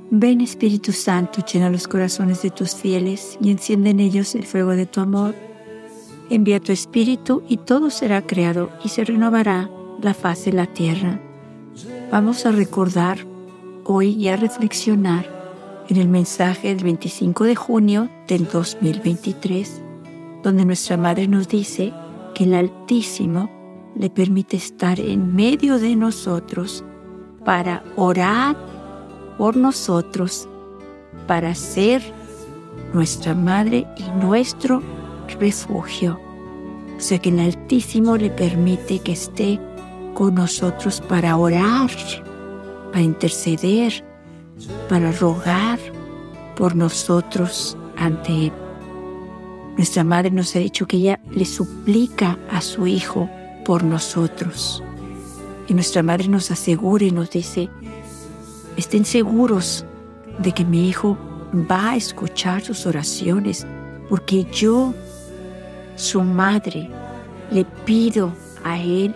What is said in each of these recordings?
Ven Espíritu Santo, llena los corazones de tus fieles y enciende en ellos el fuego de tu amor. Envía tu Espíritu y todo será creado y se renovará la faz de la tierra. Vamos a recordar hoy y a reflexionar en el mensaje del 25 de junio del 2023, donde nuestra Madre nos dice que el Altísimo le permite estar en medio de nosotros para orar por nosotros, para ser nuestra Madre y nuestro refugio. O sea que el Altísimo le permite que esté con nosotros para orar, para interceder, para rogar por nosotros ante Él. Nuestra Madre nos ha dicho que ella le suplica a su Hijo por nosotros. Y nuestra Madre nos asegura y nos dice: estén seguros de que mi Hijo va a escuchar sus oraciones, porque yo, su Madre, le pido a Él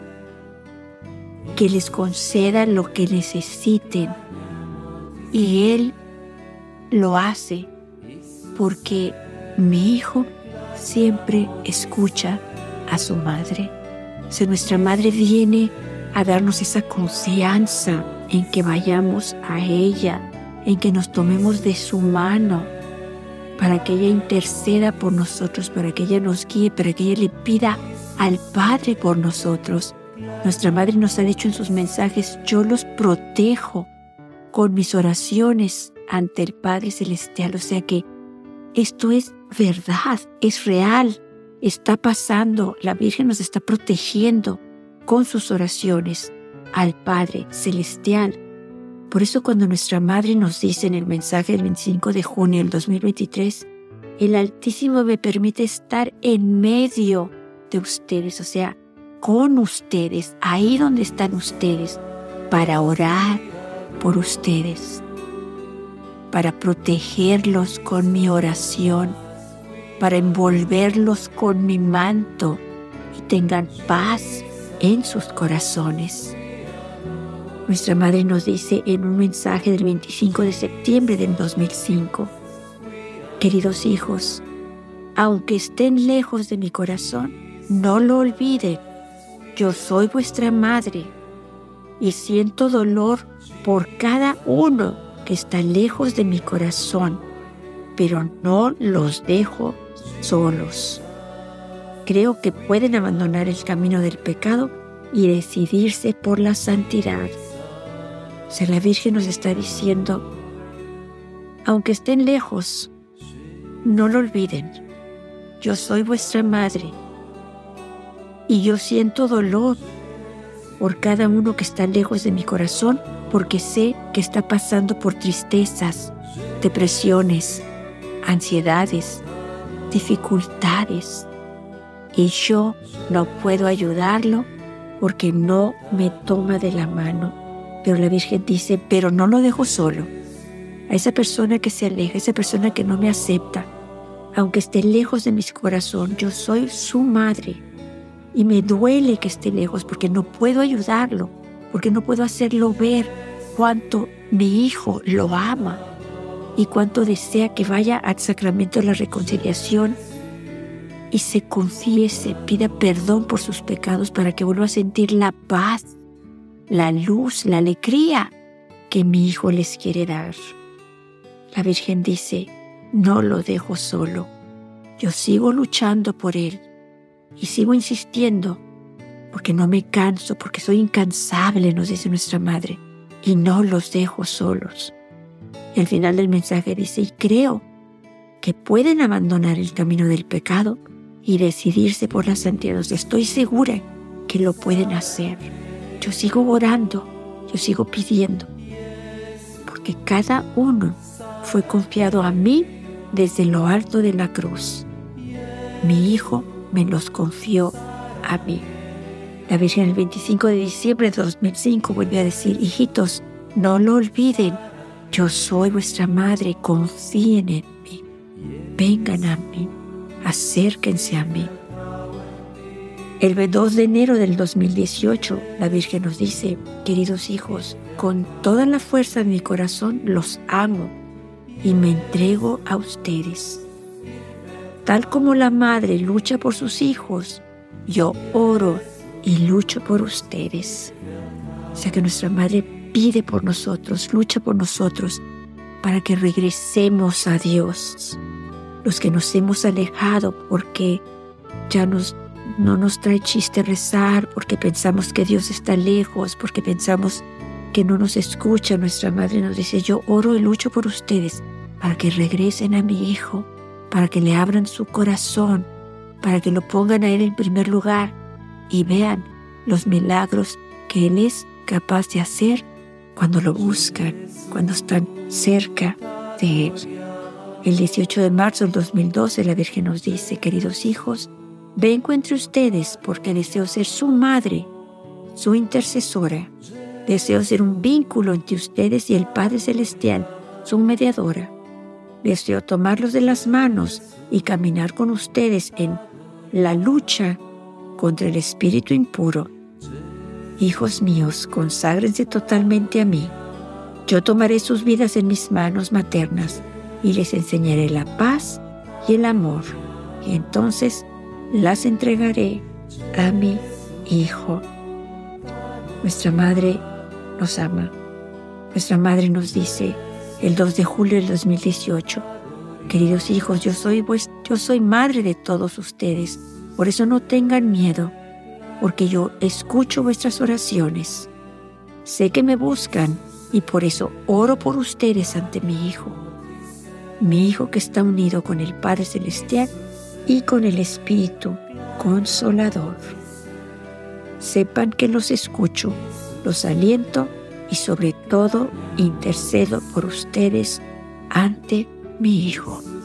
que les conceda lo que necesiten. Y Él lo hace porque mi Hijo siempre escucha a su Madre. O sea, nuestra Madre viene a darnos esa confianza en que vayamos a ella, en que nos tomemos de su mano, para que ella interceda por nosotros, para que ella nos guíe, para que ella le pida al Padre por nosotros. Nuestra Madre nos ha dicho en sus mensajes: yo los protejo con mis oraciones ante el Padre Celestial. O sea que esto es verdad, es real, está pasando. La Virgen nos está protegiendo con sus oraciones al Padre Celestial. Por eso cuando nuestra Madre nos dice en el mensaje del 25 de junio del 2023, el Altísimo me permite estar en medio de ustedes, o sea, con ustedes, ahí donde están ustedes, para orar por ustedes, para protegerlos con mi oración, para envolverlos con mi manto y tengan paz en sus corazones. Nuestra Madre nos dice en un mensaje del 25 de septiembre del 2005, queridos hijos, aunque estén lejos de mi corazón, no lo olviden. Yo soy vuestra Madre y siento dolor por cada uno que está lejos de mi corazón, pero no los dejo solos. Creo que pueden abandonar el camino del pecado y decidirse por la santidad. O sea, la Virgen nos está diciendo, aunque estén lejos, no lo olviden. Yo soy vuestra Madre y yo siento dolor por cada uno que está lejos de mi corazón, porque sé que está pasando por tristezas, depresiones, ansiedades, dificultades. Y yo no puedo ayudarlo porque no me toma de la mano. Pero la Virgen dice, pero no lo dejo solo. A esa persona que se aleja, a esa persona que no me acepta, aunque esté lejos de mi corazón, yo soy su Madre. Y me duele que esté lejos porque no puedo ayudarlo, porque no puedo hacerlo ver cuánto mi Hijo lo ama y cuánto desea que vaya al sacramento de la reconciliación y se confiese, pida perdón por sus pecados para que vuelva a sentir la paz, la luz, la alegría que mi Hijo les quiere dar. La Virgen dice, no lo dejo solo. Yo sigo luchando por él y sigo insistiendo porque no me canso, porque soy incansable, nos dice nuestra Madre, y no los dejo solos. Y al final del mensaje dice, y creo que pueden abandonar el camino del pecado y decidirse por la santidad. Estoy segura que lo pueden hacer. Yo sigo orando, yo sigo pidiendo, porque cada uno fue confiado a mí desde lo alto de la cruz. Mi Hijo me los confió a mí. La Virgen el 25 de diciembre de 2005 volvió a decir, hijitos, no lo olviden, yo soy vuestra Madre, confíen en mí, vengan a mí, acérquense a mí. El 2 de enero del 2018, la Virgen nos dice: queridos hijos, con toda la fuerza de mi corazón los amo y me entrego a ustedes. Tal como la madre lucha por sus hijos, yo oro y lucho por ustedes. O sea que nuestra madre pide por nosotros, lucha por nosotros para que regresemos a Dios. Los que nos hemos alejado porque ya no nos trae chiste rezar, porque pensamos que Dios está lejos, porque pensamos que no nos escucha, nuestra madre nos dice: yo oro y lucho por ustedes para que regresen a mi hijo, para que le abran su corazón, para que lo pongan a Él en primer lugar y vean los milagros que Él es capaz de hacer cuando lo buscan, cuando están cerca de Él. El 18 de marzo del 2012 la Virgen nos dice: queridos hijos, vengo entre ustedes porque deseo ser su madre, su intercesora. Deseo ser un vínculo entre ustedes y el Padre Celestial, su mediadora. Deseo tomarlos de las manos y caminar con ustedes en la lucha contra el espíritu impuro. Hijos míos, conságrense totalmente a mí. Yo tomaré sus vidas en mis manos maternas y les enseñaré la paz y el amor. Y entonces las entregaré a mi Hijo. Nuestra Madre nos ama. Nuestra Madre nos dice el 2 de julio del 2018: queridos hijos, yo soy madre de todos ustedes. Por eso no tengan miedo, porque yo escucho vuestras oraciones. Sé que me buscan y por eso oro por ustedes ante mi Hijo que está unido con el Padre Celestial y con el Espíritu Consolador. Sepan que los escucho, los aliento y sobre todo intercedo por ustedes ante mi Hijo.